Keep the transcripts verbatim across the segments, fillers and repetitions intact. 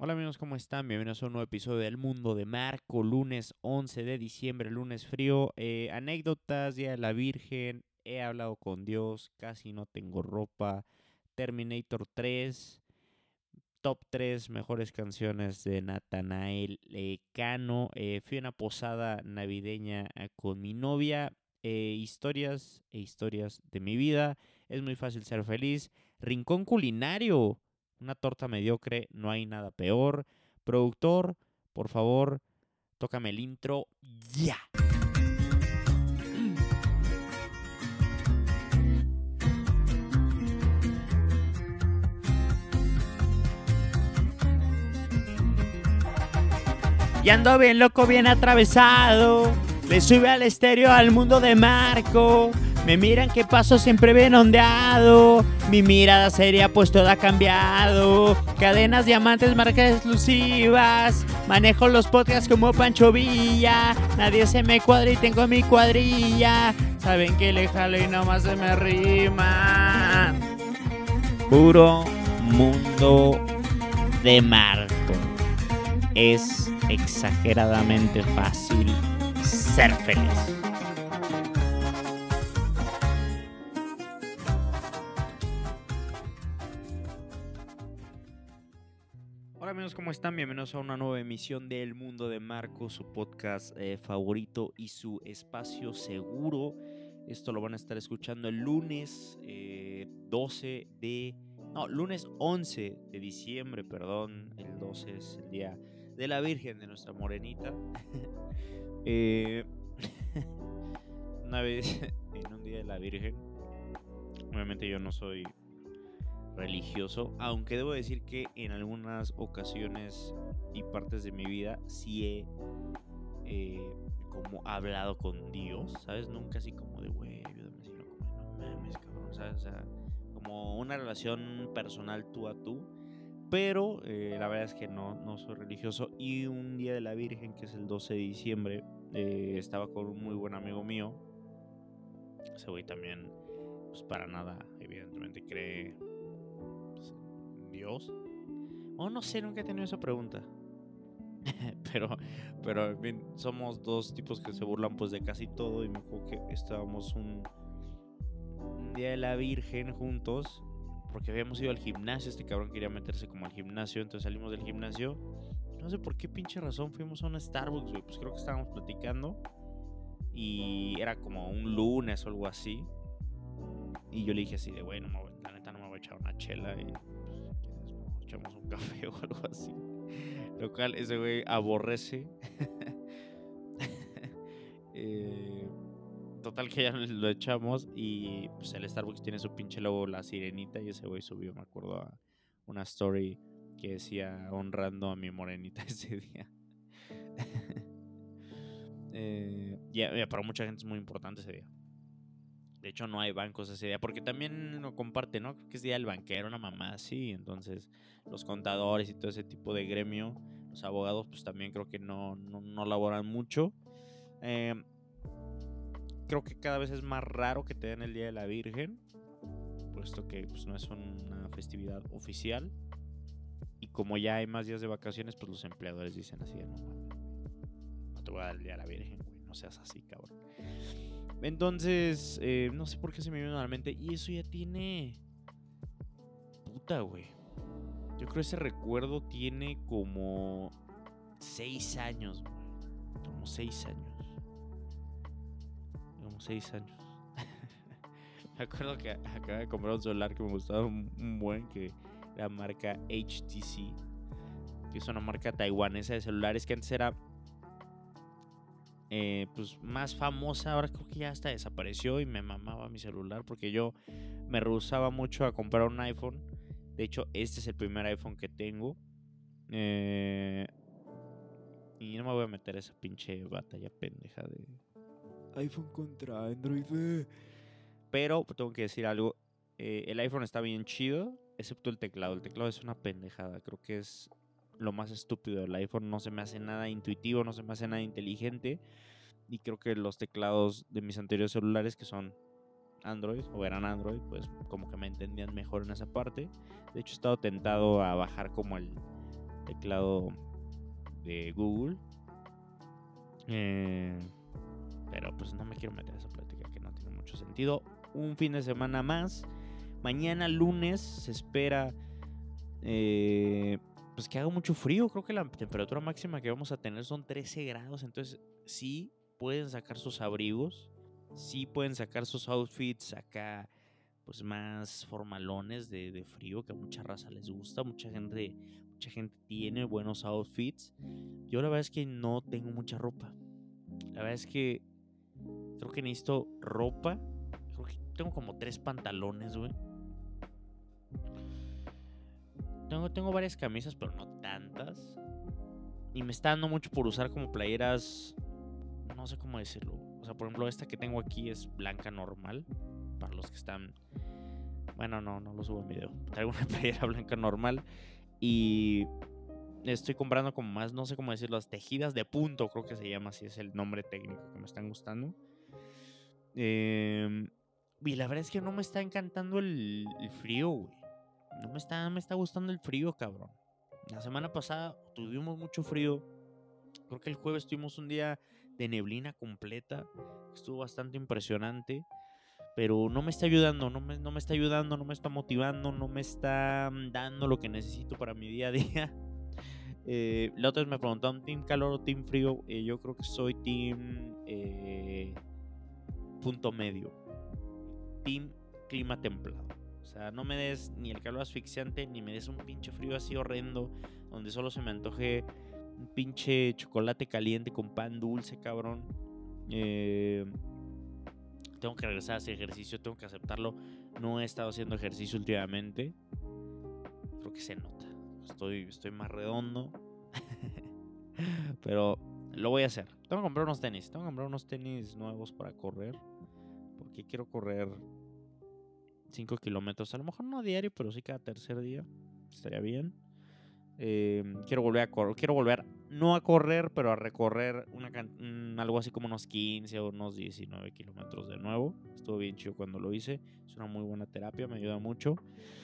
Hola amigos, ¿cómo están? Bienvenidos a un nuevo episodio del Mundo de Marco, lunes once de diciembre, lunes frío. Eh, anécdotas, Día de la Virgen, he hablado con Dios, casi no tengo ropa, Terminator tres, top tres mejores canciones de Natanael eh, Cano, eh, fui a una posada navideña eh, con mi novia, eh, historias e historias de mi vida, es muy fácil ser feliz, rincón culinario, una torta mediocre, no hay nada peor, productor, por favor, tócame el intro, ya. Y ando bien loco, bien atravesado. Le sube al estéreo al mundo de Marco. Me miran que paso siempre bien ondeado. Mi mirada seria pues toda ha cambiado. Cadenas, diamantes, marcas exclusivas. Manejo los podcasts como Pancho Villa. Nadie se me cuadra y tengo mi cuadrilla. Saben que le jalo y nomás se me rima. Puro mundo de Marco. Es exageradamente fácil ser feliz. Hola amigos, ¿cómo están? Bienvenidos a una nueva emisión del Mundo de Marco, su podcast eh, favorito y su espacio seguro. Esto lo van a estar escuchando el lunes eh, doce de... No, lunes once de diciembre, perdón. El doce es el día de la Virgen, de nuestra morenita. eh, una vez en un día de la Virgen, obviamente yo no soy religioso, aunque debo decir que en algunas ocasiones y partes de mi vida sí he eh, como hablado con Dios, ¿sabes? Nunca así como de, güey, ayúdame, sino como, no mames, cabrón, ¿sabes? O sea, como una relación personal tú a tú. Pero eh, la verdad es que no, no soy religioso. Y un día de la Virgen, que es el doce de diciembre, eh, estaba con un muy buen amigo mío. Ese güey también, pues para nada, evidentemente cree pues, en Dios. O no sé, nunca he tenido esa pregunta. pero, pero, en fin, somos dos tipos que se burlan pues de casi todo. Y me acuerdo que estábamos un, un día de la Virgen juntos. Porque habíamos ido al gimnasio, este cabrón quería meterse como al gimnasio, entonces salimos del gimnasio. No sé por qué pinche razón fuimos a un Starbucks, güey. Pues creo que estábamos platicando y era como un lunes o algo así. Y yo le dije así de, güey, no me voy, la neta no me voy a echar una chela y pues, nos echamos un café o algo así. Lo cual ese güey aborrece. eh, Total que ya lo echamos y pues el Starbucks tiene su pinche logo, la sirenita, y ese güey subió, me acuerdo, a una story que decía honrando a mi morenita ese día. eh, ya, ya, para mucha gente es muy importante ese día. De hecho, no hay bancos ese día, porque también lo comparte, ¿no? Creo que es día del banquero, una mamá así. Entonces, los contadores y todo ese tipo de gremio, los abogados, pues también creo que no, no, no laboran mucho. Eh, creo que cada vez es más raro que te den el Día de la Virgen, puesto que pues, no es una festividad oficial. Y como ya hay más días de vacaciones, pues los empleadores dicen así, no mames, no te voy a dar el Día de la Virgen, güey, no seas así, cabrón. Entonces, eh, no sé por qué se me vino a la mente. Y eso ya tiene... Puta, güey. Yo creo que ese recuerdo tiene como... Seis años, güey. Como seis años. Como seis años. Me acuerdo que acababa de comprar un celular que me gustaba un, un buen, que era marca H T C. Que es una marca taiwanesa de celulares que antes era... Eh, pues más famosa, ahora creo que ya hasta desapareció y me mamaba mi celular porque yo me rehusaba mucho a comprar un iPhone. De hecho, este es el primer iPhone que tengo. Eh, y no me voy a meter a esa pinche batalla pendeja de iPhone contra Android. Pero tengo que decir algo. Eh, el iPhone está bien chido, excepto el teclado. El teclado es una pendejada. Creo que es lo más estúpido del iPhone. No se me hace nada intuitivo, no se me hace nada inteligente. Y creo que los teclados de mis anteriores celulares, que son Android o eran Android, pues como que me entendían mejor en esa parte. De hecho, he estado tentado a bajar como el, teclado de Google. Eh, pero pues no me quiero meter a esa plática que no tiene mucho sentido. Un fin de semana más. Mañana lunes se espera eh, pues que haga mucho frío. Creo que la temperatura máxima que vamos a tener son trece grados. Entonces sí pueden sacar sus abrigos. Sí pueden sacar sus outfits acá pues más formalones de, de frío, que a mucha raza les gusta. Mucha gente, mucha gente tiene buenos outfits. Yo la verdad es que no tengo mucha ropa. La verdad es que creo que necesito ropa. Creo que tengo como tres pantalones, güey. Tengo, tengo varias camisas, pero no tantas. Y me está dando mucho por usar como playeras. No sé cómo decirlo. O sea, por ejemplo, esta que tengo aquí es blanca normal. Para los que están... Bueno, no, no lo subo en video. Traigo una playera blanca normal. Y estoy comprando como más, no sé cómo decirlo, las tejidas de punto, creo que se llama, así es el nombre técnico que me están gustando. Eh, y la verdad es que no me está encantando el, el frío, güey. No me está, no me está gustando el frío, cabrón. La semana pasada tuvimos mucho frío. Creo que el jueves tuvimos un día de neblina completa. Estuvo bastante impresionante. Pero no me está ayudando, no me, no me está ayudando, no me está motivando, no me está dando lo que necesito para mi día a día. Eh, la otra vez me preguntaron, ¿team calor o team frío? Eh, yo creo que soy team eh, punto medio. Team clima templado. O sea, no me des ni el calor asfixiante, ni me des un pinche frío así horrendo, donde solo se me antoje un pinche chocolate caliente con pan dulce, cabrón. Eh... Tengo que regresar a hacer ejercicio, tengo que aceptarlo. No he estado haciendo ejercicio últimamente. Creo que se nota. Estoy, estoy más redondo. Pero lo voy a hacer. Tengo que comprar unos tenis. Tengo que comprar unos tenis nuevos para correr. Porque quiero correr cinco kilómetros. A lo mejor no a diario, pero sí cada tercer día. Estaría bien. Eh, quiero volver a correr. Quiero volver no a correr, pero a recorrer una can- algo así como unos quince o unos diecinueve kilómetros de nuevo. Estuvo bien chido cuando lo hice. Es una muy buena terapia, me ayuda mucho.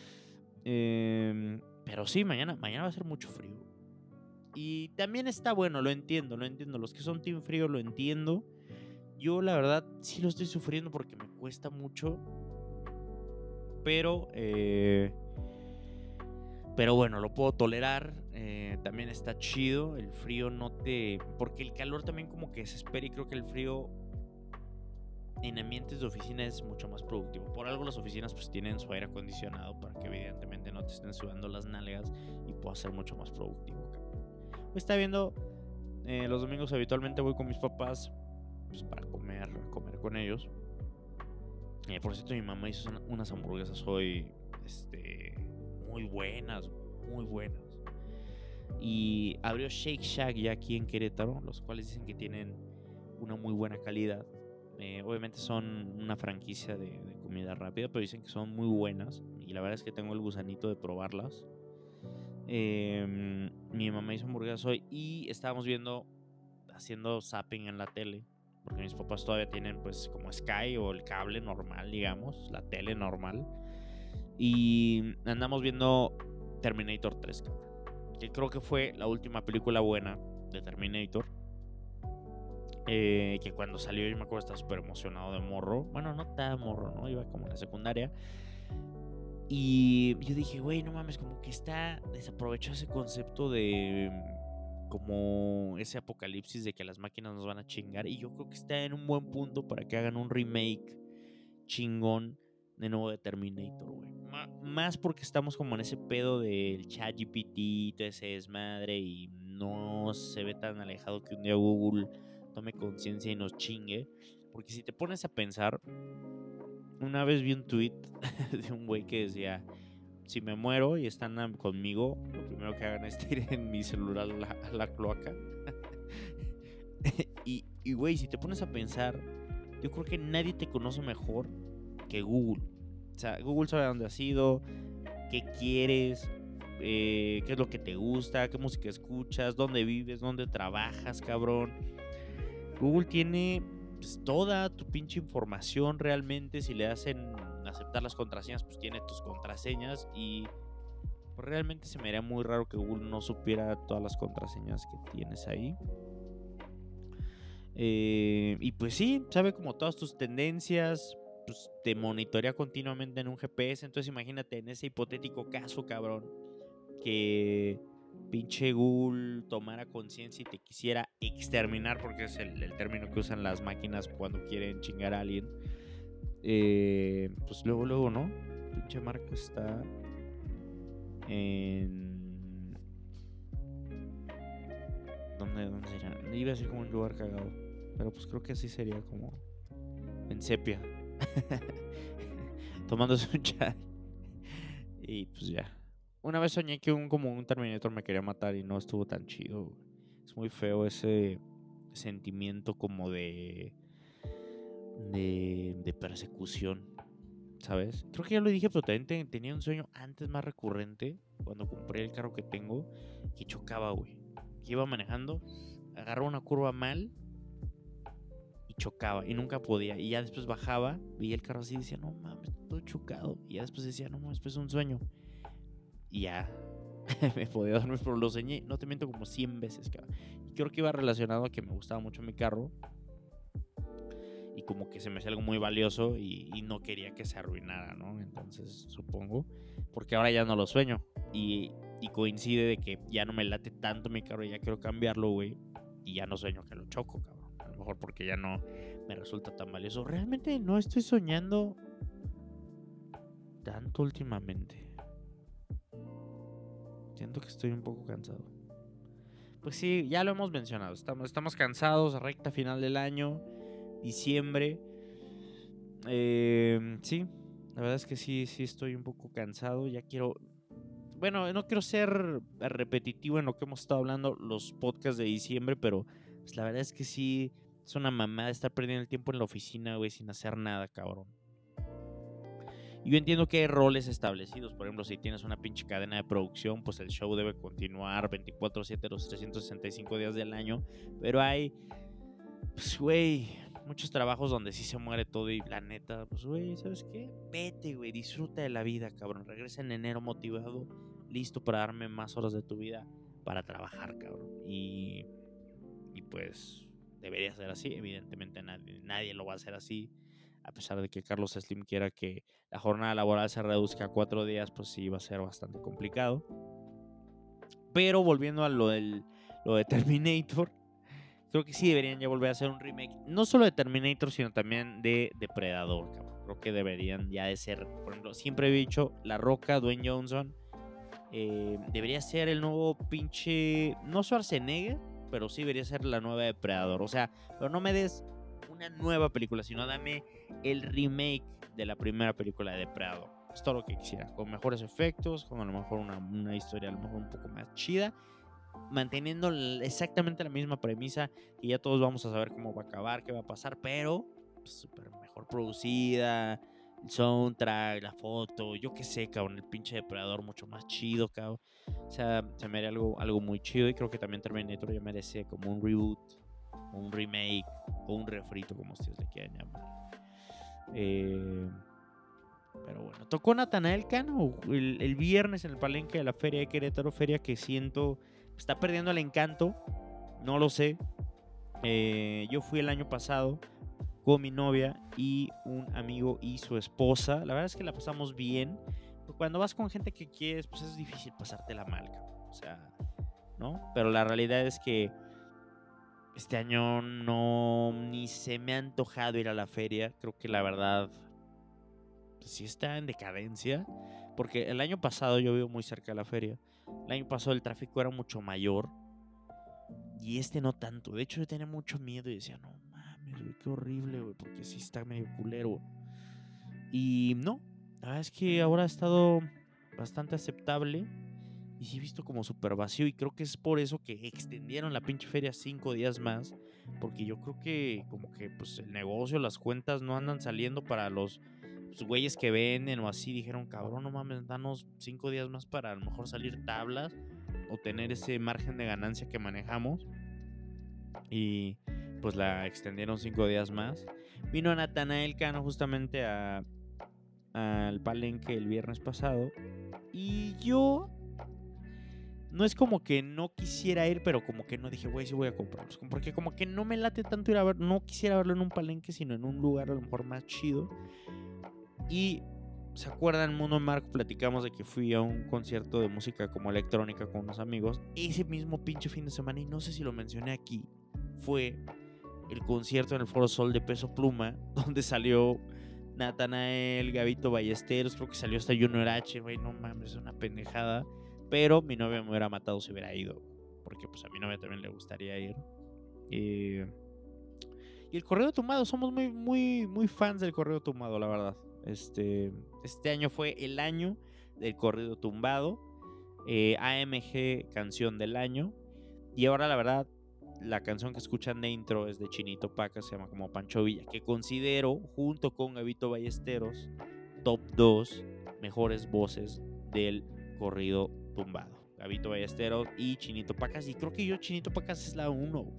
Eh, pero sí, mañana, mañana va a ser mucho frío. Y también está bueno, lo entiendo, lo entiendo. Los que son team frío lo entiendo. Yo la verdad sí lo estoy sufriendo porque me cuesta mucho. Pero... Eh, Pero bueno, lo puedo tolerar. Eh, también está chido. El frío no te... Porque el calor también como que se espera. Y creo que el frío en ambientes de oficina es mucho más productivo. Por algo las oficinas pues tienen su aire acondicionado para que evidentemente no te estén sudando las nalgas y puedas ser mucho más productivo. Hoy está viendo... Eh, los domingos habitualmente voy con mis papás pues, para comer, comer con ellos. Eh, por cierto, mi mamá hizo una, unas hamburguesas hoy... Este... Muy buenas, muy buenas. Y abrió Shake Shack ya aquí en Querétaro, los cuales dicen que tienen una muy buena calidad. Eh, obviamente son una franquicia de, de comida rápida, pero dicen que son muy buenas. Y la verdad es que tengo el gusanito de probarlas. Eh, mi mamá hizo hamburguesas hoy y estábamos viendo, haciendo zapping en la tele. Porque mis papás todavía tienen pues como Sky o el cable normal, digamos, la tele normal. Y andamos viendo Terminator tres, que creo que fue la última película buena de Terminator. Eh, que cuando salió yo me acuerdo estaba súper emocionado de morro. Bueno, no tan morro, ¿no? Iba como en la secundaria. Y yo dije, güey, no mames, como que está desaprovechado ese concepto de como ese apocalipsis de que las máquinas nos van a chingar. Y yo creo que está en un buen punto para que hagan un remake chingón de nuevo de Terminator, güey. Más porque estamos como en ese pedo del ChatGPT, todo ese desmadre y no se ve tan alejado que un día Google tome conciencia y nos chingue. Porque si te pones a pensar, una vez vi un tweet de un güey que decía, si me muero y están conmigo, lo primero que hagan es tirar mi celular a la, a la cloaca. y, y güey, si te pones a pensar, yo creo que nadie te conoce mejor que Google. O sea, Google sabe dónde has ido, qué quieres, eh, qué es lo que te gusta, qué música escuchas, dónde vives, dónde trabajas, cabrón. Google tiene pues, toda tu pinche información realmente. Si le hacen aceptar las contraseñas, pues tiene tus contraseñas. Y Realmente se me haría muy raro que Google no supiera todas las contraseñas que tienes ahí. Eh, y pues sí, sabe como todas tus tendencias, pues te monitorea continuamente en un G P S. Entonces imagínate en ese hipotético caso, cabrón, que pinche Google tomara conciencia y te quisiera exterminar, porque es el, el término que usan las máquinas cuando quieren chingar a alguien. Eh, pues luego, luego, ¿no? Pinche Marco está en... ¿Dónde, dónde sería? Iba a ser como un lugar cagado, pero pues creo que así sería como en sepia. Tomándose un chai. Y pues ya. Una vez soñé que un como un Terminator me quería matar y no estuvo tan chido, güey. Es muy feo ese sentimiento como de, de de persecución, ¿sabes? Creo que ya lo dije, pero también te- tenía un sueño antes más recurrente cuando compré el carro que tengo, que chocaba, güey. Que iba manejando, agarraba una curva mal y chocaba y nunca podía. Y ya después bajaba, veía el carro así y decía, no mames, todo chocado. Y ya después decía, no mames, después es un sueño. Y ya me podía dormir, pero lo soñé, no te miento, como cien veces, cabrón. Y creo que iba relacionado a que me gustaba mucho mi carro y como que se me hacía algo muy valioso y, y no quería que se arruinara, ¿no? Entonces, supongo, porque ahora ya no lo sueño y, y coincide de que ya no me late tanto mi carro y ya quiero cambiarlo, güey, y ya no sueño que lo choco, cabrón. A lo mejor porque ya no me resulta tan valioso. Realmente no estoy soñando tanto últimamente. Siento que estoy un poco cansado. Pues sí, ya lo hemos mencionado. Estamos, estamos cansados, recta final del año, diciembre. Eh, sí, la verdad es que sí, sí estoy un poco cansado. Ya quiero. Bueno, no quiero ser repetitivo en lo que hemos estado hablando los podcasts de diciembre, pero pues, la verdad es que sí es una mamada estar perdiendo el tiempo en la oficina, güey, sin hacer nada, cabrón. Y yo entiendo que hay roles establecidos. Por ejemplo, si tienes una pinche cadena de producción, pues el show debe continuar veinticuatro siete los trescientos sesenta y cinco días del año. Pero hay, pues, güey, muchos trabajos donde sí se muere todo y la neta, pues, güey, ¿sabes qué? Vete, güey, disfruta de la vida, cabrón. Regresa en enero motivado, listo para darme más horas de tu vida para trabajar, cabrón. Y, y pues debería ser así. Evidentemente nadie, nadie lo va a hacer así. A pesar de que Carlos Slim quiera que la jornada laboral se reduzca a cuatro días, pues sí va a ser bastante complicado. Pero volviendo a lo, del, lo de Terminator, creo que sí deberían ya volver a hacer un remake, no solo de Terminator, sino también de Depredador, cabrón. Creo que deberían ya de ser, por ejemplo, siempre he dicho, La Roca, Dwayne Johnson, eh, debería ser el nuevo pinche, no Schwarzenegger, pero sí debería ser la nueva Depredador. O sea, pero no me des una nueva película, sino dame el remake de la primera película de Depredador. Es todo lo que quisiera, con mejores efectos, con a lo mejor una, una historia a lo mejor un poco más chida, manteniendo exactamente la misma premisa, que ya todos vamos a saber cómo va a acabar, qué va a pasar, pero pues, súper mejor producida, el soundtrack, la foto, yo qué sé, cabrón, el pinche Depredador mucho más chido, cabrón. O sea, se me haría algo, algo muy chido y creo que también Terminator ya merece como un reboot, o un remake, o un refrito, como ustedes le quieran llamar. Eh, pero bueno, tocó Natanael Cano el, el viernes en el palenque de la Feria de Querétaro, feria que siento está perdiendo el encanto, no lo sé. Eh, yo fui el año pasado con mi novia y un amigo y su esposa. La verdad es que la pasamos bien. Cuando vas con gente que quieres, pues es difícil pasártela mal, cabrón. O sea, ¿no? Pero la realidad es que este año no ni se me ha antojado ir a la feria. Creo que la verdad pues, sí está en decadencia. Porque el año pasado yo vivo muy cerca de la feria. El año pasado el tráfico era mucho mayor. Y este no tanto. De hecho, yo tenía mucho miedo y decía, no mames, güey, qué horrible, güey, porque sí está medio culero. Y no, la verdad es que ahora ha estado bastante aceptable. Y sí he visto como súper vacío. Y creo que es por eso que extendieron la pinche feria cinco días más. Porque yo creo que como que pues el negocio, las cuentas no andan saliendo para los pues, güeyes que venden o así. Dijeron, cabrón, no mames, danos cinco días más para a lo mejor salir tablas o tener ese margen de ganancia que manejamos. Y pues la extendieron cinco días más. Vino Natanael Cano justamente a, al palenque el viernes pasado. Y yo no es como que no quisiera ir, pero como que no dije, güey, sí voy a comprarlos. Porque como que no me late tanto ir a ver, no quisiera verlo en un palenque, sino en un lugar a lo mejor más chido. Y ¿se acuerdan, Mundo Marco? Platicamos de que fui a un concierto de música como electrónica con unos amigos. Ese mismo pinche fin de semana, y no sé si lo mencioné aquí, fue el concierto en el Foro Sol de Peso Pluma, donde salió Natanael, Gabito Ballesteros, creo que salió hasta Junior H, güey, no mames, es una pendejada. Pero mi novia me hubiera matado si hubiera ido, porque pues a mi novia también le gustaría ir. Y, y el Corrido Tumbado, somos muy, muy, muy fans del Corrido Tumbado, la verdad. Este, este año fue el año del Corrido Tumbado, eh, A M G Canción del Año. Y ahora la verdad, la canción que escuchan de intro es de Chinito Pacas, se llama como Pancho Villa, que considero, junto con Gabito Ballesteros, top dos mejores voces del Corrido Tumbado. Gabito Ballesteros y Chinito Pacas, y creo que yo Chinito Pacas es la uno.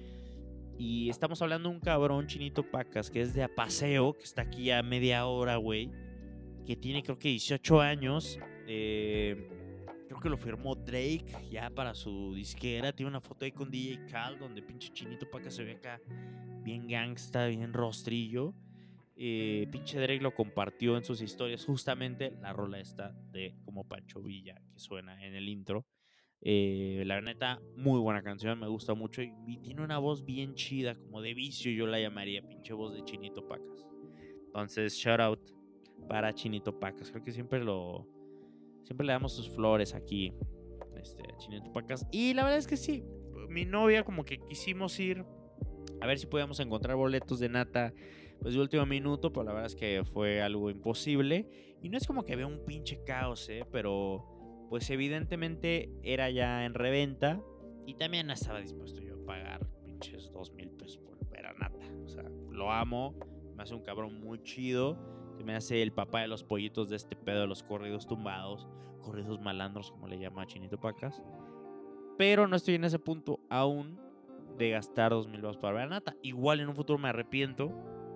Y estamos hablando de un cabrón, Chinito Pacas, que es de Apaseo, que está aquí a media hora, güey, que tiene creo que dieciocho años. Eh, creo que lo firmó Drake ya para su disquera. Tiene una foto ahí con D J Cal, donde pinche Chinito Pacas se ve acá bien gangsta, bien rostrillo. Eh, pinche Drake lo compartió en sus historias, justamente la rola esta de Como Pancho Villa, que suena en el intro. Eh, la neta, muy buena canción, me gusta mucho y, y tiene una voz bien chida, como de vicio, yo la llamaría, pinche voz de Chinito Pacas. Entonces, shout out para Chinito Pacas. Creo que siempre lo siempre le damos sus flores aquí, este, a Chinito Pacas. Y la verdad es que sí, mi novia como que quisimos ir a ver si podíamos encontrar boletos de Nata pues de último minuto, pero la verdad es que fue algo imposible. Y no es como que había un pinche caos, ¿eh? Pero pues evidentemente era ya en reventa. Y también no estaba dispuesto yo a pagar pinches dos mil pesos por ver a Nata. O sea, lo amo, me hace un cabrón muy chido. Se me hace el papá de los pollitos de este pedo de los corridos tumbados, corridos malandros, como le llama Chinito Pacas. Pero no estoy en ese punto aún de gastar dos mil baros para ver a Nata. Igual en un futuro me arrepiento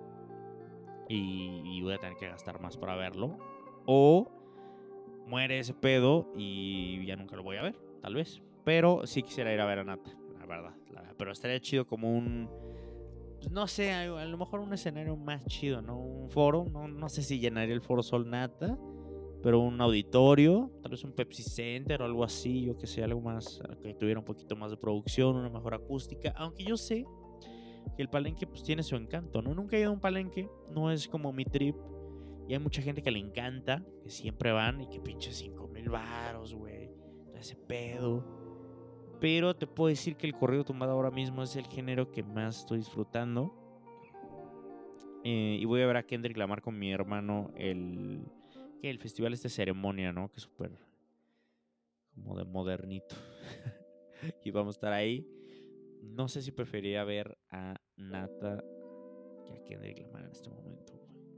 y, y voy a tener que gastar más para verlo. O muere ese pedo y ya nunca lo voy a ver, tal vez. Pero sí quisiera ir a ver a Nata, la verdad. La verdad. Pero estaría chido como un... Pues no sé, a, a lo mejor un escenario más chido, ¿no? Un foro. No, no sé si llenaría el Foro Sol Nata, pero un auditorio, tal vez un Pepsi Center o algo así, yo que sé, algo más, que tuviera un poquito más de producción, una mejor acústica, aunque yo sé que el palenque pues tiene su encanto, ¿no? Nunca he ido a un palenque, no es como mi trip, y hay mucha gente que le encanta, que siempre van y que pinche cinco mil varos, güey, todo ese pedo. Pero te puedo decir que el corrido tumbado ahora mismo es el género que más estoy disfrutando. Eh, y voy a ver a Kendrick Lamar con mi hermano el, que el festival este ceremonia, ¿no? Que es súper como de modernito. Y vamos a estar ahí. No sé si preferiría ver a Nata que a Kendrick Lamar en este momento.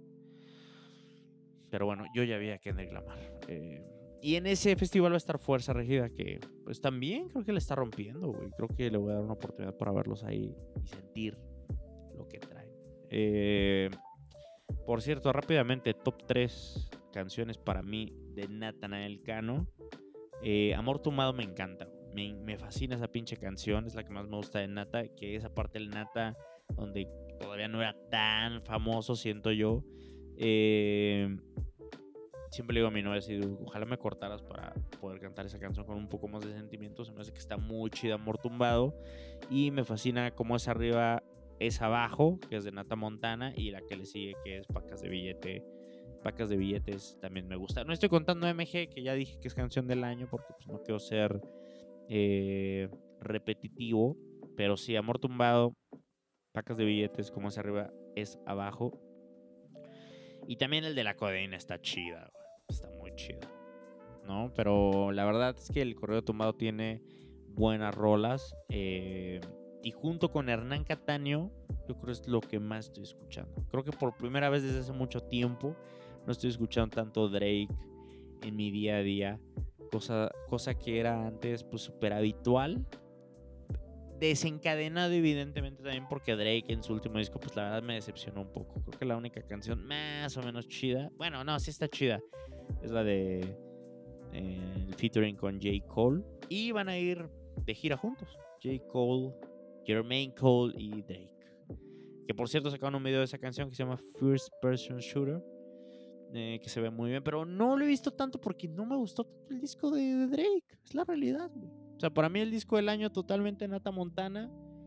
Pero bueno, yo ya vi a Kendrick Lamar. Eh, y en ese festival va a estar Fuerza Regida, que pues también creo que le está rompiendo, güey. Creo que le voy a dar una oportunidad para verlos ahí y sentir lo que traen. Eh, por cierto, rápidamente, top tres canciones para mí de Natanael Cano. Eh, Amor Tumbado me encanta, me, me fascina esa pinche canción, es la que más me gusta de Nata, que esa parte del Nata donde todavía no era tan famoso, siento yo. Eh, siempre le digo a mi novia así, ojalá me cortaras para poder cantar esa canción con un poco más de sentimiento. Se me hace que está muy chida Amor Tumbado y me fascina cómo es arriba, es abajo, que es de Nata Montana, y la que le sigue, que es Pacas de Billete. Pacas de Billetes también me gusta. No estoy contando M G, que ya dije que es canción del año, porque pues, no quiero ser eh, repetitivo. Pero sí, Amor Tumbado, Pacas de Billetes, como es arriba, es abajo. Y también el de la codeína está chida, güey. Está muy chida, ¿no? Pero la verdad es que el Correo Tumbado tiene buenas rolas. Eh, y junto con Hernán Cataño, yo creo que es lo que más estoy escuchando. Creo que por primera vez desde hace mucho tiempo no estoy escuchando tanto Drake en mi día a día. Cosa, cosa que era antes pues súper habitual. Desencadenado evidentemente también porque Drake en su último disco pues la verdad me decepcionó un poco. Creo que la única canción más o menos chida, bueno no, sí está chida, es la de eh, el featuring con J. Cole. Y van a ir de gira juntos. J. Cole, Jermaine Cole y Drake. Que por cierto sacaron un video de esa canción que se llama First Person Shooter. Eh, que se ve muy bien. Pero no lo he visto tanto porque no me gustó tanto el disco de, de Drake. Es la realidad, güey. O sea, para mí el disco del año totalmente Nata Montana.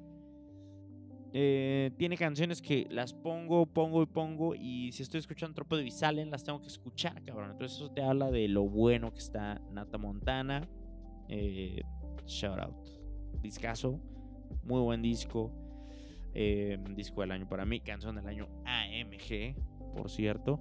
Eh, tiene canciones que las pongo, pongo y pongo. Y si estoy escuchando Tropo de Salen, las tengo que escuchar, cabrón. Entonces eso te habla de lo bueno que está Nata Montana. Eh, shout out. Discazo. Muy buen disco. Eh, disco del año para mí. Canción del año A M G, por cierto.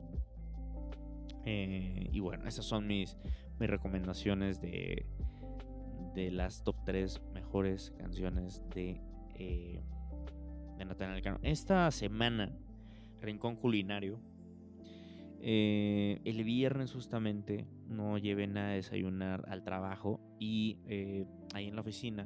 Eh, y bueno, esas son mis, mis recomendaciones de, de las top tres mejores canciones de, eh, de Natanael Cano. Esta semana, Rincón Culinario. Eh, el viernes justamente no llevé nada de desayunar al trabajo y eh, ahí en la oficina,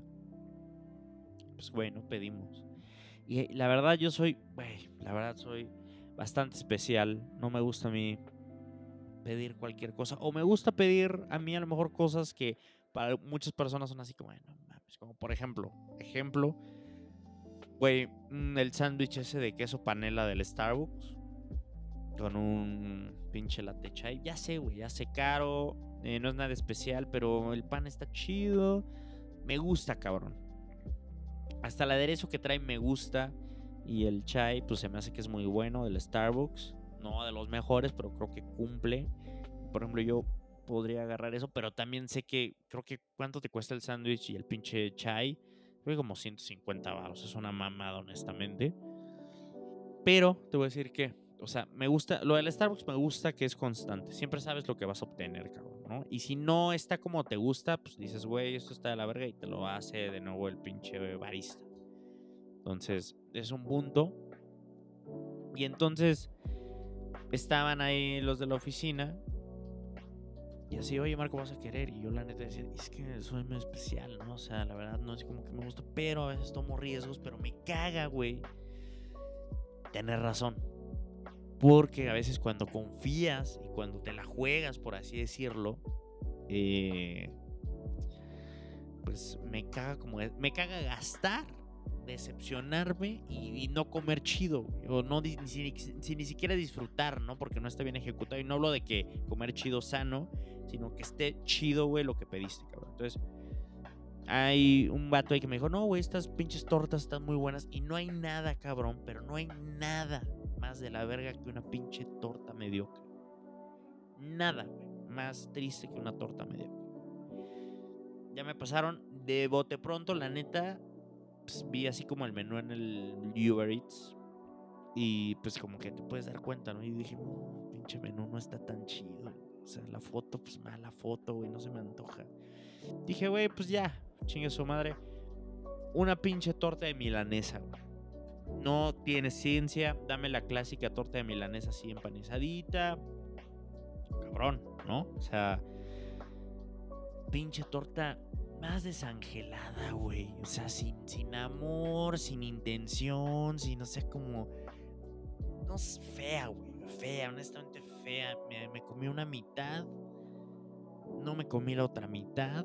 pues bueno, pedimos. Y la verdad yo soy, wey, la verdad soy bastante especial. No me gusta a mí pedir cualquier cosa. O me gusta pedir a mí a lo mejor cosas que para muchas personas son así como, no mames. Como por ejemplo, ejemplo, güey, el sándwich ese de queso panela del Starbucks. Con un pinche latte chai. Ya sé, güey, ya sé, caro. Eh, no es nada especial, pero el pan está chido. Me gusta, cabrón. Hasta el aderezo que trae me gusta. Y el chai, pues se me hace que es muy bueno, del Starbucks. No de los mejores, pero creo que cumple. Por ejemplo, yo podría agarrar eso, pero también sé que, creo que cuánto te cuesta el sándwich y el pinche chai. Creo que como ciento cincuenta baros. Es una mamada, honestamente. Pero te voy a decir que, o sea, me gusta, lo del Starbucks me gusta que es constante. Siempre sabes lo que vas a obtener, cabrón, ¿no? Y si no está como te gusta, pues dices, güey, esto está de la verga y te lo hace de nuevo el pinche barista. Entonces, es un punto. Y entonces, estaban ahí los de la oficina. Y así, oye, Marco, vas a querer. Y yo, la neta, decía, es que soy muy especial, ¿no? O sea, la verdad, no es como que me gusta, pero a veces tomo riesgos, pero me caga, güey. Tener razón. Porque a veces cuando confías y cuando te la juegas, por así decirlo, eh, pues me caga como me caga gastar, decepcionarme y, y no comer chido, güey, o no ni, ni, ni, ni siquiera disfrutar, ¿no? Porque no está bien ejecutado. Y no hablo de que comer chido sano, sino que esté chido, güey, lo que pediste, cabrón. Entonces, hay un vato ahí que me dijo, no, güey, estas pinches tortas están muy buenas. Y no hay nada, cabrón, pero no hay nada más de la verga que una pinche torta mediocre. Nada, güey, más triste que una torta mediocre. Ya me pasaron de bote pronto, la neta, pues, vi así como el menú en el Uber Eats. Y pues como que te puedes dar cuenta, ¿no? Y dije, no, pinche menú no está tan chido. O sea, la foto, pues mala foto, güey, no se me antoja. Dije, güey, pues ya, chingue su madre. Una pinche torta de milanesa, güey. No tiene ciencia. Dame la clásica torta de milanesa así empanizadita. Cabrón, ¿no? O sea, pinche torta más desangelada, güey. O sea, sin, sin amor, sin intención, sin, no sé, como... No, es fea, güey. Fea, honestamente fea. Me, me comí una mitad. No me comí la otra mitad.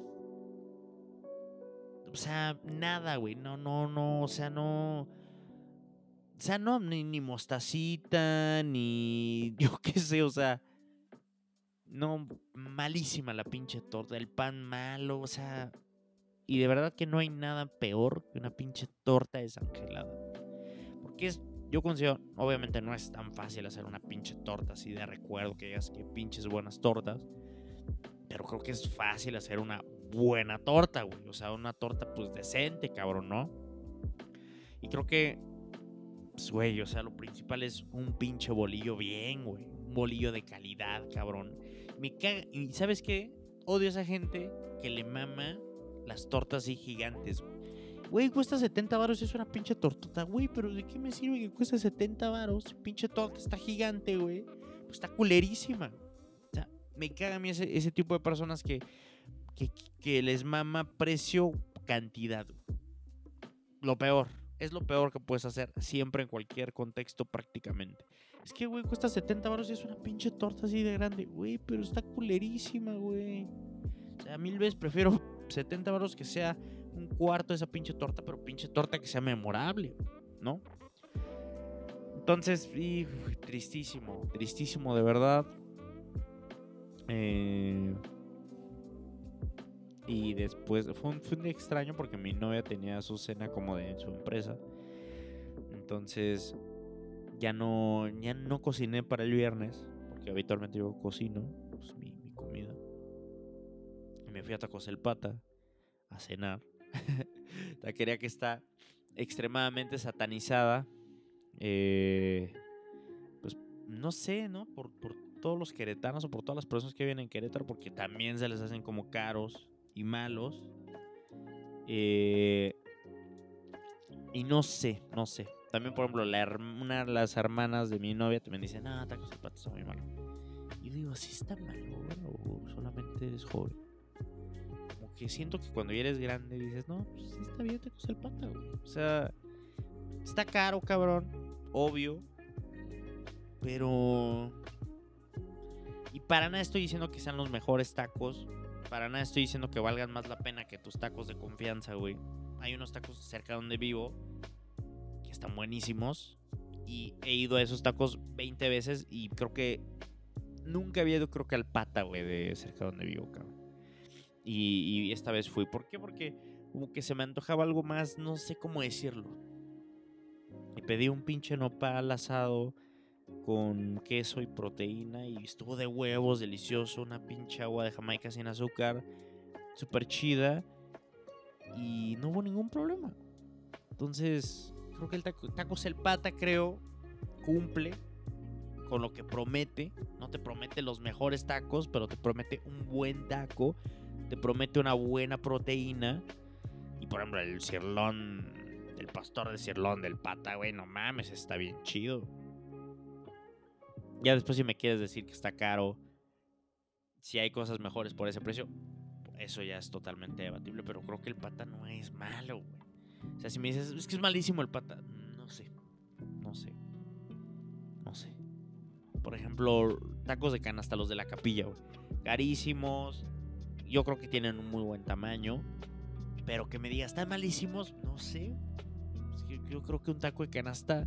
O sea, nada, güey. No, no, no. O sea, no... O sea, no, ni, ni mostacita, ni... Yo qué sé, o sea... No, malísima la pinche torta. El pan malo, o sea... Y de verdad que no hay nada peor que una pinche torta desangelada. Porque es... Yo considero, obviamente no es tan fácil hacer una pinche torta así de recuerdo, que digas que pinches buenas tortas. Pero creo que es fácil hacer una buena torta, güey. O sea, una torta pues decente, cabrón, ¿no? Y creo que, pues, güey, o sea, lo principal es un pinche bolillo bien, güey. Un bolillo de calidad, cabrón. Me caga. ¿Y sabes qué? Odio a esa gente que le mama las tortas así gigantes, güey. Güey, cuesta setenta varos, es una pinche tortota, güey, pero ¿de qué me sirve que cueste setenta varos? Pinche torta está gigante, güey. Pues está culerísima. O sea, me caga a mí ese, ese tipo de personas que, que, que les mama precio, cantidad. Lo peor, es lo peor que puedes hacer siempre en cualquier contexto prácticamente. Es que, güey, cuesta setenta varos y es una pinche torta así de grande. Güey, pero está culerísima, güey. O sea, mil veces prefiero setenta varos que sea un cuarto de esa pinche torta, pero pinche torta que sea memorable, ¿no? Entonces, y, uf, tristísimo, tristísimo de verdad. Eh, y después fue un, fue un día extraño porque mi novia tenía su cena como de en su empresa. Entonces ya no, ya no cociné para el viernes, porque habitualmente yo cocino pues, mi, mi comida. Y me fui a Tacos El Pata a cenar. Taquería que está extremadamente satanizada. Eh, pues no sé, ¿no? Por, por todos los queretanos o por todas las personas que viven en Querétaro, porque también se les hacen como caros y malos. Eh, y no sé, no sé. También, por ejemplo, la herm- una de las hermanas de mi novia también dicen, ah, Tacos El Pata está muy malo. Y yo digo, ¿sí está malo o solamente eres joven? Como que siento que cuando ya eres grande dices, no, pues sí está bien Tacos El Pata, güey. O sea, está caro, cabrón, obvio. Pero... Y para nada estoy diciendo que sean los mejores tacos. Para nada estoy diciendo que valgan más la pena que tus tacos de confianza, güey. Hay unos tacos cerca de donde vivo que están buenísimos. Y he ido a esos tacos veinte veces y creo que nunca había ido, creo que al Pata, güey, de cerca de donde vivo, cabrón. Y, y esta vez fui. ¿Por qué? Porque como que se me antojaba algo más, no sé cómo decirlo. Y pedí un pinche nopal asado con queso y proteína y estuvo de huevos, delicioso, una pinche agua de Jamaica sin azúcar, súper chida y no hubo ningún problema. Entonces, creo que el taco, Tacos El Pata, creo, cumple con lo que promete. No te promete los mejores tacos, pero te promete un buen taco, te promete una buena proteína. Y por ejemplo, el cirlón, el pastor de cirlón del Pata, güey, no mames, está bien chido. Ya después si me quieres decir que está caro, si hay cosas mejores por ese precio, eso ya es totalmente debatible, pero creo que el Pata no es malo, güey. O sea, si me dices, es que es malísimo el Pata, no sé, no sé, no sé. Por ejemplo, tacos de canasta, los de la Capilla, güey. Carísimos, yo creo que tienen un muy buen tamaño, pero que me digas, ¿están malísimos? No sé. Es que yo creo que un taco de canasta,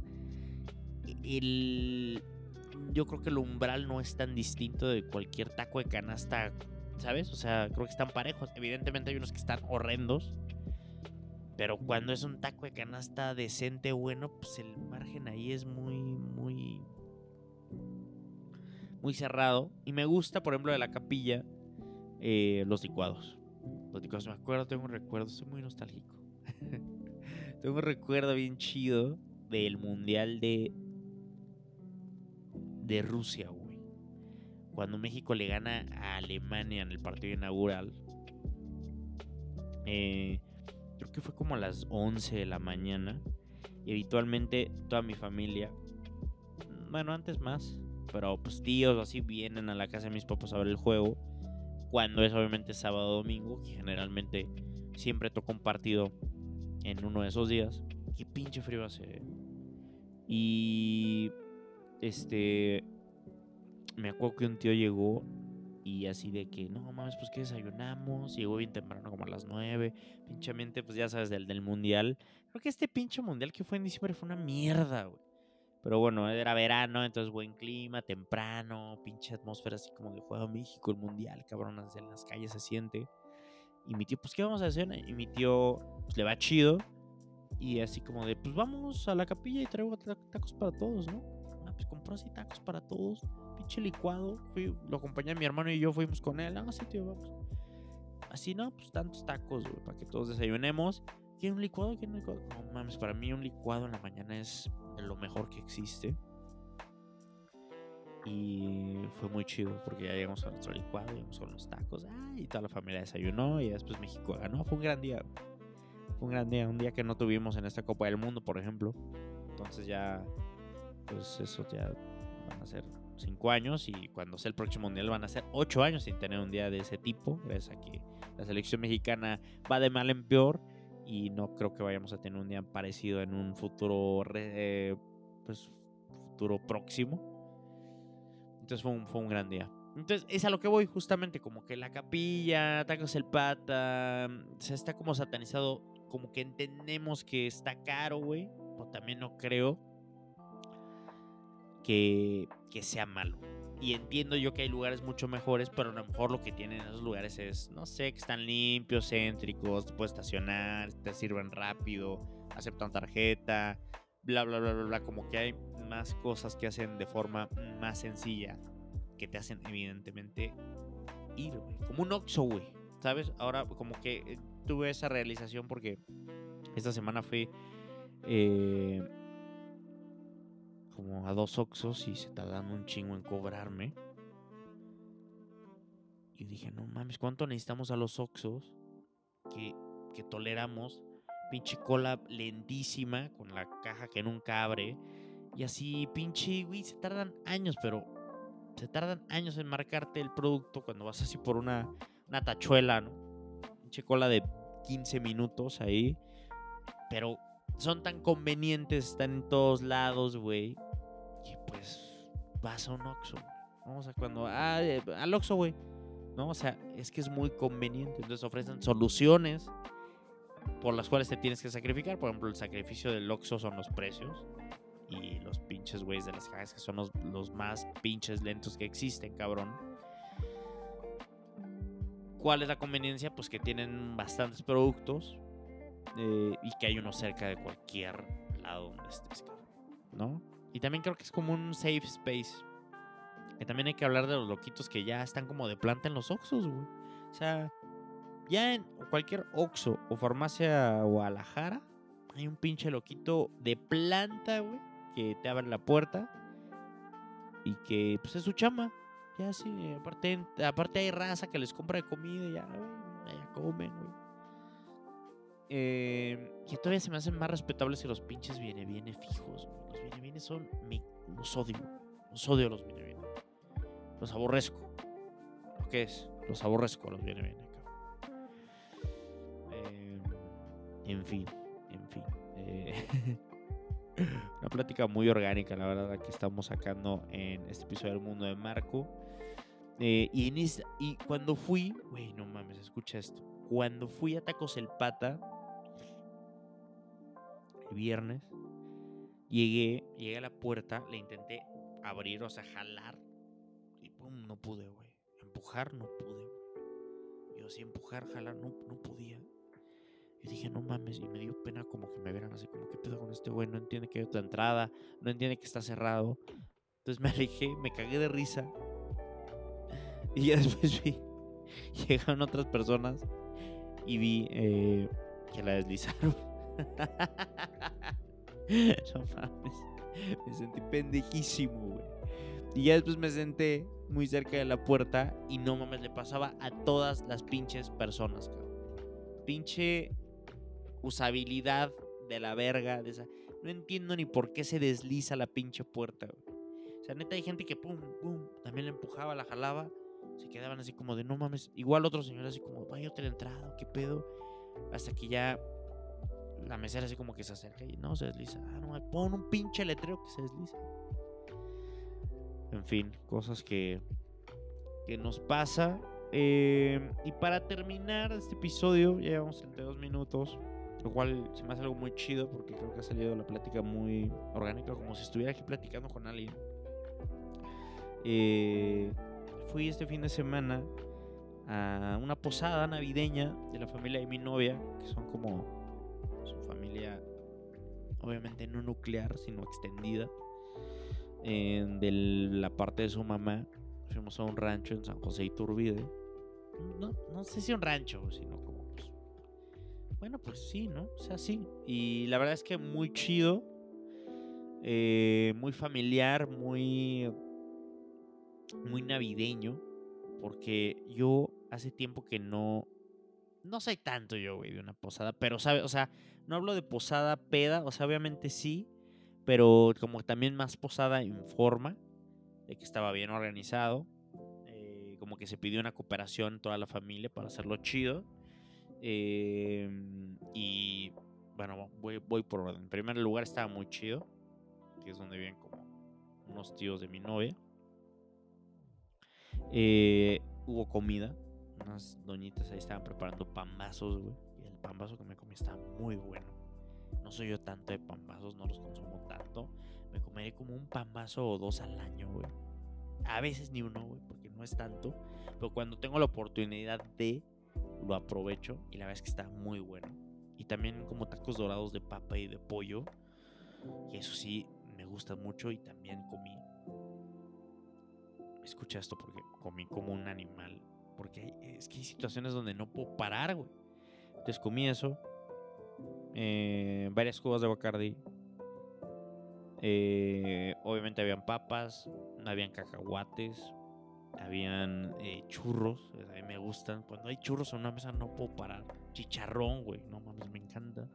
el... yo creo que el umbral no es tan distinto de cualquier taco de canasta, ¿sabes? O sea, creo que están parejos. Evidentemente hay unos que están horrendos, pero cuando es un taco de canasta decente, bueno, pues el margen ahí es muy, muy, muy cerrado. Y me gusta, por ejemplo, de la Capilla, eh, los licuados. Los licuados, me acuerdo, tengo un recuerdo, estoy muy nostálgico. Tengo un recuerdo bien chido del Mundial de, de Rusia, güey. Cuando México le gana a Alemania en el partido inaugural. Eh, creo que fue como a las once de la mañana. Y habitualmente toda mi familia, bueno, antes más, pero pues tíos o así vienen a la casa de mis papás a ver el juego. Cuando es obviamente sábado o domingo, que generalmente siempre toca un partido en uno de esos días. Qué pinche frío hace. Y este, me acuerdo que un tío llegó y así de que, no mames, pues que desayunamos. Llegó bien temprano, como a las nueve. Pinchamente, pues ya sabes, del, del mundial. Creo que este pinche mundial que fue en diciembre fue una mierda, güey. Pero bueno, era verano, entonces buen clima, temprano, pinche atmósfera así como que juega México el mundial, cabrón, en las calles se siente. Y mi tío, pues, ¿qué vamos a hacer? Y mi tío, pues, le va chido. Y así como de, pues vamos a la Capilla y traigo tacos para todos, ¿no? Ah, pues compró así tacos para todos. Pinche licuado. Fui, lo acompañé mi hermano y yo fuimos con él. Ah, sí, tío, vamos. Así, no, pues tantos tacos, güey, para que todos desayunemos. ¿Quieren un licuado? ¿Quieren un licuado? No mames, para mí un licuado en la mañana es lo mejor que existe. Y fue muy chido porque ya llegamos a nuestro licuado, llegamos con los tacos. Ah, y toda la familia desayunó y después México ganó. Fue un gran día, güey. Fue un gran día, un día que no tuvimos en esta Copa del Mundo, por ejemplo. Entonces ya, pues eso ya van a ser cinco años y cuando sea el próximo mundial van a ser ocho años sin tener un día de ese tipo, gracias a que la selección mexicana va de mal en peor y no creo que vayamos a tener un día parecido en un futuro, eh, pues, futuro próximo. Entonces fue un, fue un gran día. Entonces, es a lo que voy justamente, como que la capilla, Tacos el Pata, o sea, está como satanizado, como que entendemos que está caro, güey, o también no creo que, que sea malo. Y entiendo yo que hay lugares mucho mejores, pero a lo mejor lo que tienen esos lugares es, no sé, que están limpios, céntricos, te puedes estacionar, te sirven rápido, aceptan tarjeta, bla, bla, bla, bla, bla. Como que hay más cosas que hacen de forma más sencilla, que te hacen evidentemente ir, güey. Como un Oxxo, güey, ¿sabes? Ahora como que eh, tuve esa realización porque esta semana fui eh, como a dos Oxxos y se tardan un chingo en cobrarme. Y dije, no mames, ¿cuánto necesitamos a los Oxxos que, que toleramos? Pinche cola lentísima con la caja que nunca abre. Y así, pinche, güey, se tardan años, pero se tardan años en marcarte el producto cuando vas así por una, una tachuela, ¿no? Pinche cola de quince minutos ahí. Pero son tan convenientes, están en todos lados, güey. Que pues vas a un Oxxo. Vamos a cuando. Ah, eh, al Oxxo, güey. ¿No? O sea, es que es muy conveniente. Entonces ofrecen soluciones por las cuales te tienes que sacrificar. Por ejemplo, el sacrificio del Oxxo son los precios. Y los pinches güeyes de las cajas que son los, los más pinches lentos que existen, cabrón. ¿Cuál es la conveniencia? Pues que tienen bastantes productos eh, y que hay uno cerca de cualquier lado donde estés, cabrón, ¿no? Y también creo que es como un safe space. Que también hay que hablar de los loquitos que ya están como de planta en los Oxxos, güey. O sea, ya en cualquier Oxxo o farmacia Guadalajara hay un pinche loquito de planta, güey, que te abre la puerta y que pues es su chamba. Ya sí, aparte, aparte hay raza que les compra de comida y ya, güey, ya comen, güey. Eh, que todavía se me hacen más respetables que los pinches viene viene fijos, güey. Los viene viene son, me, los odio, los odio a los viene viene. Los aborrezco. ¿Lo que es? Los aborrezco, los viene viene, cabrón. Eh, en fin, en fin. Eh, una plática muy orgánica, la verdad, que estamos sacando en este episodio del Mundo de Marco. Eh, y, en esta, y cuando fui, güey, no mames, escucha esto. Cuando fui a Tacos el Pata, el viernes, llegué, llegué a la puerta, le intenté abrir, o sea, jalar. Y pum, no pude, güey. Empujar, no pude, güey. Yo así, empujar, jalar, no, no podía. Y dije, no mames, y me dio pena como que me vieran así, como, ¿qué pedo con este güey? No entiende que hay otra entrada, no entiende que está cerrado. Entonces me alejé, me cagué de risa. Y ya después vi, llegaron otras personas y vi eh, que la deslizaron. No mames, me sentí pendejísimo, güey. Y ya después me senté muy cerca de la puerta y no mames, le pasaba a todas las pinches personas, cabrón. Pinche usabilidad de la verga, de esa. No entiendo ni por qué se desliza la pinche puerta, güey. O sea, neta hay gente que pum, pum, también la empujaba, la jalaba. Se quedaban así como de no mames. Igual otros señores así como, vaya otra entrada, qué pedo. Hasta que ya la mesera así como que se acerca y no, se desliza. Ah, no, pon un pinche letrero que se desliza. En fin, cosas que, que nos pasa. Eh, y para terminar este episodio, ya llevamos entre dos minutos. Lo cual se me hace algo muy chido porque creo que ha salido la plática muy orgánica, como si estuviera aquí platicando con alguien. Eh, fui este fin de semana a una posada navideña de la familia de mi novia, que son como su familia, obviamente no nuclear, sino extendida, eh, de la parte de su mamá. Fuimos a un rancho en San José Iturbide. No, no sé si un rancho, sino como, pues, bueno, pues sí, ¿no? O sea, sí. Y la verdad es que muy chido, eh, muy familiar, muy, muy navideño, porque yo hace tiempo que no, no soy tanto yo, güey, de una posada, pero, ¿sabe? O sea, no hablo de posada peda, o sea, obviamente sí, pero como también más posada en forma, de que estaba bien organizado, eh, como que se pidió una cooperación toda la familia para hacerlo chido. Eh, y bueno, voy, voy por orden. En primer lugar estaba muy chido, que es donde viven como unos tíos de mi novia. Eh, hubo comida. Unas doñitas ahí estaban preparando pambazos, güey. Y el pambazo que me comí estaba muy bueno. No soy yo tanto de pambazos, no los consumo tanto. Me comeré como un pambazo o dos al año, güey. A veces ni uno, güey, porque no es tanto. Pero cuando tengo la oportunidad de, lo aprovecho. Y la verdad es que está muy bueno. Y también como tacos dorados de papa y de pollo. Y eso sí, me gusta mucho. Y también comí. Escucha esto porque comí como un animal. Porque hay, es que hay situaciones donde no puedo parar, güey. Entonces comí eso. Eh, varias cubas de Bacardi. Eh, obviamente habían papas, habían cacahuates, habían eh, churros. A mí me gustan. Cuando hay churros en una mesa no puedo parar. Chicharrón, güey. No mames, me encanta.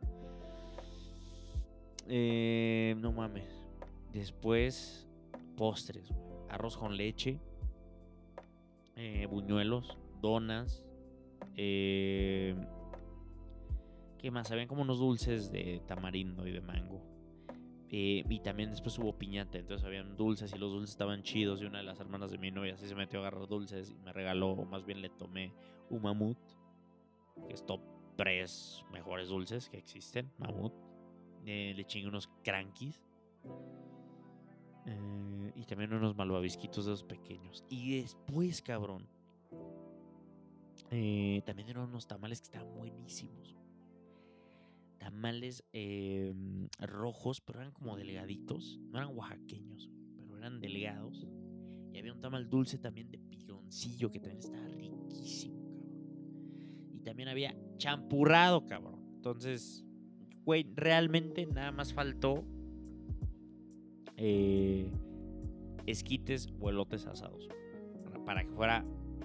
Eh, no mames. Después, postres, güey. Arroz con leche, eh, buñuelos, donas. Eh, ¿Qué más? Habían como unos dulces de tamarindo y de mango. Eh, y también después hubo piñata, entonces habían dulces y los dulces estaban chidos. Y una de las hermanas de mi novia así se metió a agarrar dulces y me regaló, o más bien le tomé un mamut, que es top tres mejores dulces que existen. Mamut. Eh, le chingué unos crankies. Eh, y también unos malvavisquitos de esos pequeños. Y después, cabrón, eh, también eran unos tamales que estaban buenísimos. Tamales eh, rojos, pero eran como delgaditos. No eran oaxaqueños, pero eran delgados. Y había un tamal dulce también de piloncillo que también estaba riquísimo, cabrón. Y también había champurrado, cabrón. Entonces, güey, realmente nada más faltó eh, esquites o elotes asados. Para, para que fuera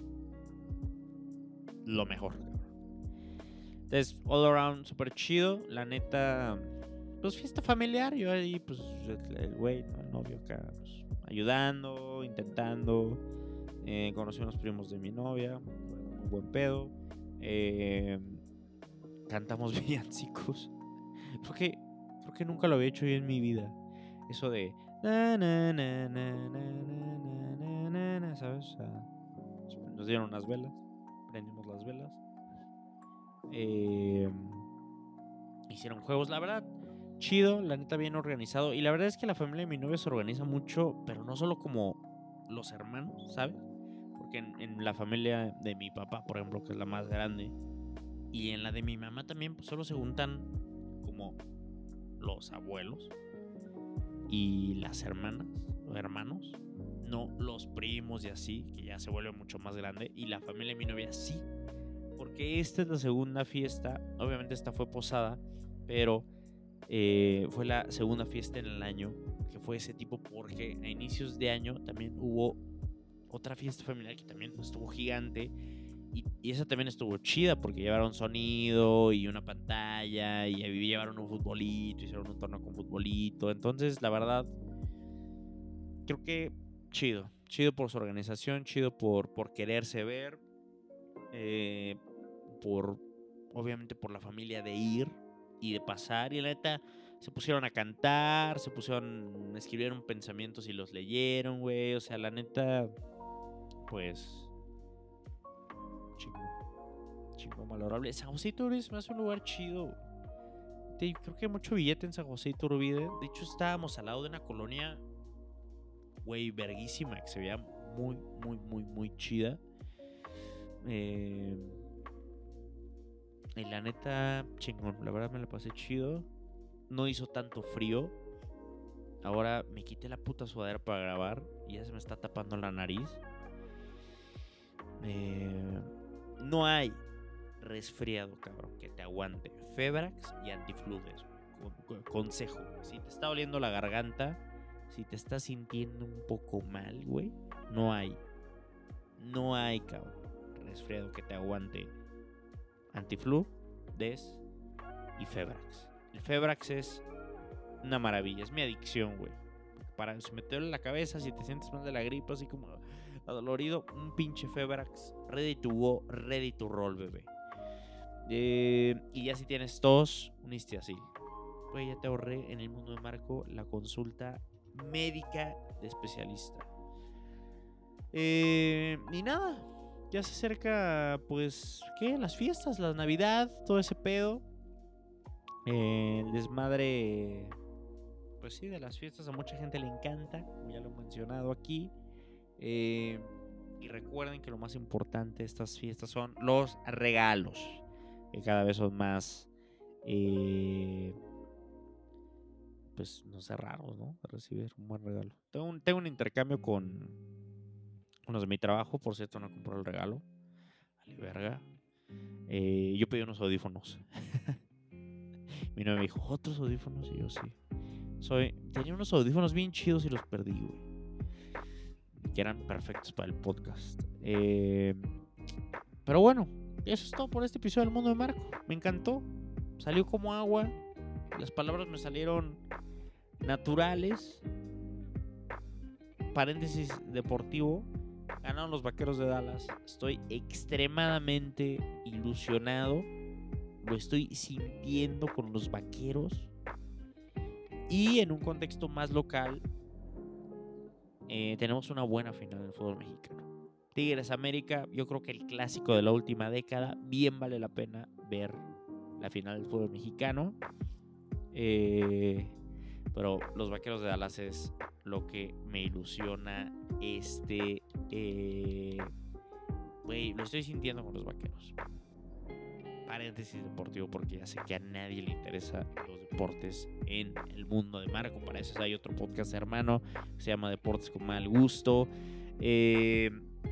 lo mejor, cabrón. Entonces, all around, súper chido. La neta, pues fiesta familiar. Yo ahí, pues, el güey, ¿no? El novio acá, pues, ayudando, intentando. Eh, conocí a unos primos de mi novia. Un buen pedo. Eh, cantamos villancicos. Creo que, creo que nunca lo había hecho yo en mi vida. Eso de. Na, na, na, na, na, na, na, na, ¿sabes? O sea, nos dieron unas velas. Prendimos las velas. Eh, hicieron juegos, la verdad, chido, la neta bien organizado. Y la verdad es que la familia de mi novia se organiza mucho, pero no solo como los hermanos, ¿sabes? Porque en, en la familia de mi papá, por ejemplo, que es la más grande, y en la de mi mamá también, pues solo se juntan como los abuelos y las hermanas o hermanos, no los primos y así, que ya se vuelve mucho más grande. Y la familia de mi novia sí, porque esta es la segunda fiesta. Obviamente esta fue posada, pero eh, fue la segunda fiesta en el año que fue ese tipo, porque a inicios de año también hubo otra fiesta familiar que también estuvo gigante. Y, y esa también estuvo chida porque llevaron sonido y una pantalla y llevaron un futbolito, hicieron un torneo con futbolito. Entonces, la verdad, creo que chido. Chido por su organización, chido por, por quererse ver. Eh, por, obviamente, por la familia de ir y de pasar. Y la neta, se pusieron a cantar, se pusieron, escribieron pensamientos y los leyeron, güey. O sea, la neta, pues, chingón. Chingón, valorable. San José Iturbide es más un lugar chido. Te, creo que hay mucho billete en San José Iturbide. De hecho, estábamos al lado de una colonia, güey, verguísima, que se veía muy, muy, muy, muy chida. Eh, y la neta, chingón. La verdad me la pasé chido. No hizo tanto frío. Ahora me quité la puta sudadera para grabar y ya se me está tapando la nariz. Eh, no hay resfriado, cabrón, que te aguante Febrax y antifludes. Con, consejo, si te está doliendo la garganta, si te estás sintiendo un poco mal, güey, no hay, no hay, cabrón, resfriado que te aguante antiflu, des y Febrax. El Febrax es una maravilla, es mi adicción, güey. Para si me te duele la cabeza, si te sientes mal de la gripe, así como adolorido, un pinche Febrax, ready to go, ready to roll, bebé. Eh, y ya si tienes tos, un Histiazil. Pues ya te ahorré en el mundo de Marco la consulta médica de especialista. Eh, y nada, ya se acerca, pues, ¿qué? Las fiestas, la Navidad, todo ese pedo. Eh, el desmadre, pues sí, de las fiestas a mucha gente le encanta, como ya lo he mencionado aquí. Eh, y recuerden que lo más importante de estas fiestas son los regalos, que cada vez son más, eh, pues, no sé, raros, ¿no? Recibir un buen regalo. Tengo un, tengo un intercambio con unos de mi trabajo, por cierto, no compró el regalo. Vale, verga. Eh, yo pedí unos audífonos. Mi novia me dijo, ¿otros audífonos? Y yo, sí. Soy, tenía unos audífonos bien chidos y los perdí, güey. Que eran perfectos para el podcast. Eh, pero bueno, eso es todo por este episodio del Mundo de Marco. Me encantó. Salió como agua. Las palabras me salieron naturales. Paréntesis deportivo. Ganaron los Vaqueros de Dallas. Estoy extremadamente ilusionado. Lo estoy sintiendo con los Vaqueros. Y en un contexto más local, eh, tenemos una buena final del fútbol mexicano. Tigres América, yo creo que el clásico de la última década. Bien vale la pena ver la final del fútbol mexicano. Eh, pero los Vaqueros de Dallas es lo que me ilusiona. Este, eh, güey, lo estoy sintiendo con los Vaqueros. Paréntesis deportivo, porque ya sé que a nadie le interesa los deportes en el mundo de Marco. Para eso hay otro podcast hermano que se llama Deportes con Mal Gusto. Eh,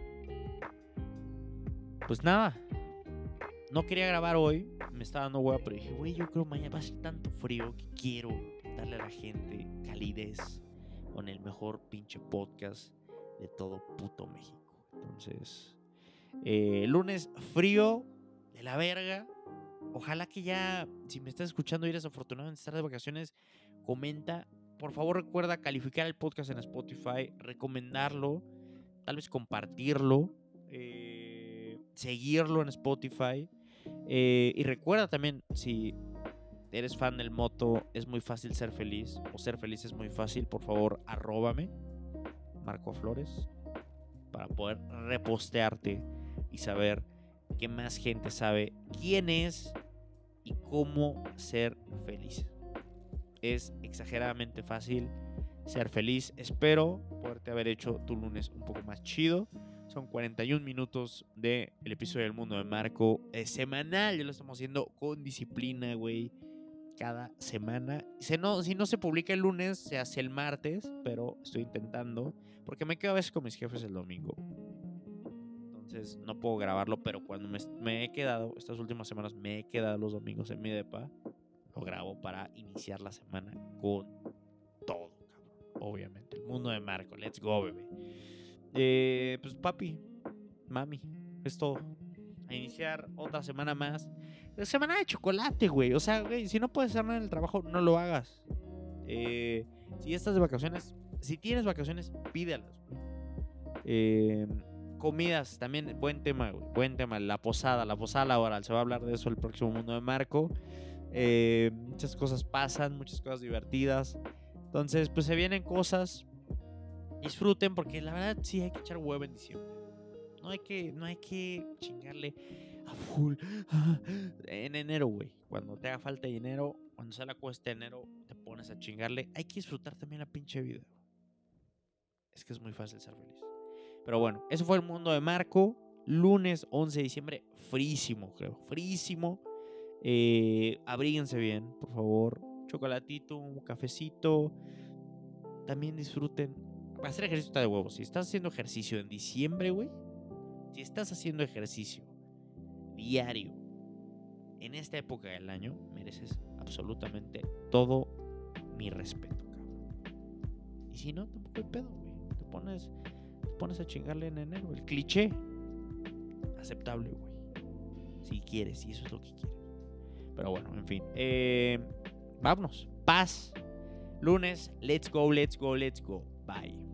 pues nada, no quería grabar hoy, me estaba dando hueva, pero dije, güey, yo creo mañana va a ser tanto frío que quiero darle a la gente calidez con el mejor pinche podcast de todo puto México. Entonces, eh, lunes frío de la verga. Ojalá que ya, si me estás escuchando y eres afortunado en estar de vacaciones, comenta. Por favor, recuerda calificar el podcast en Spotify, recomendarlo, tal vez compartirlo, eh, seguirlo en Spotify. Eh, y recuerda también, si eres fan del moto, es muy fácil ser feliz, o ser feliz es muy fácil, por favor, arróbame, Marco Flores, para poder repostearte y saber que más gente sabe quién es y cómo ser feliz. Es exageradamente fácil ser feliz. Espero poderte haber hecho tu lunes un poco más chido. Son cuarenta y un minutos del episodio del Mundo de Marco. Es semanal, ya lo estamos haciendo con disciplina, güey. Cada semana. Si no, si no se publica el lunes, se hace el martes, pero estoy intentando. Porque me quedo a veces con mis jefes el domingo. Entonces no puedo grabarlo, pero cuando me, me he quedado, estas últimas semanas me he quedado los domingos en mi depa, lo grabo para iniciar la semana con todo, cabrón. Obviamente, el Mundo de Marco, let's go, bebé. Eh, pues papi, mami, es todo. A iniciar otra semana más. Semana de chocolate, güey. O sea, güey, si no puedes hacer nada en el trabajo, no lo hagas. Eh, si estás de vacaciones, si tienes vacaciones, pídelas. Eh... Comidas, también buen tema, güey. Buen tema. La posada, la posada laboral. Se va a hablar de eso el próximo Mundo de Marco. Eh, muchas cosas pasan, muchas cosas divertidas. Entonces, pues se vienen cosas. Disfruten, porque la verdad sí hay que echar huevo en diciembre. No hay que, no hay que chingarle a full en enero, güey. Cuando te haga falta dinero, cuando sea la cuesta de enero, te pones a chingarle. Hay que disfrutar también la pinche vida. Es que es muy fácil ser feliz. Pero bueno, eso fue el Mundo de Marco. Lunes once de diciembre, frísimo, creo. Frísimo. Eh, abríguense bien, por favor. Chocolatito, un cafecito. También disfruten. Hacer ejercicio está de huevos. Si estás haciendo ejercicio en diciembre, güey. Si estás haciendo ejercicio diario en esta época del año, mereces absolutamente todo mi respeto, cabrón. Y si no, tampoco hay pedo, güey. Te pones... pones a chingarle en enero. El cliché aceptable, güey. Si quieres, si eso es lo que quieres. Pero bueno, en fin. Eh, vámonos. Paz. Lunes. Let's go, let's go, let's go. Bye.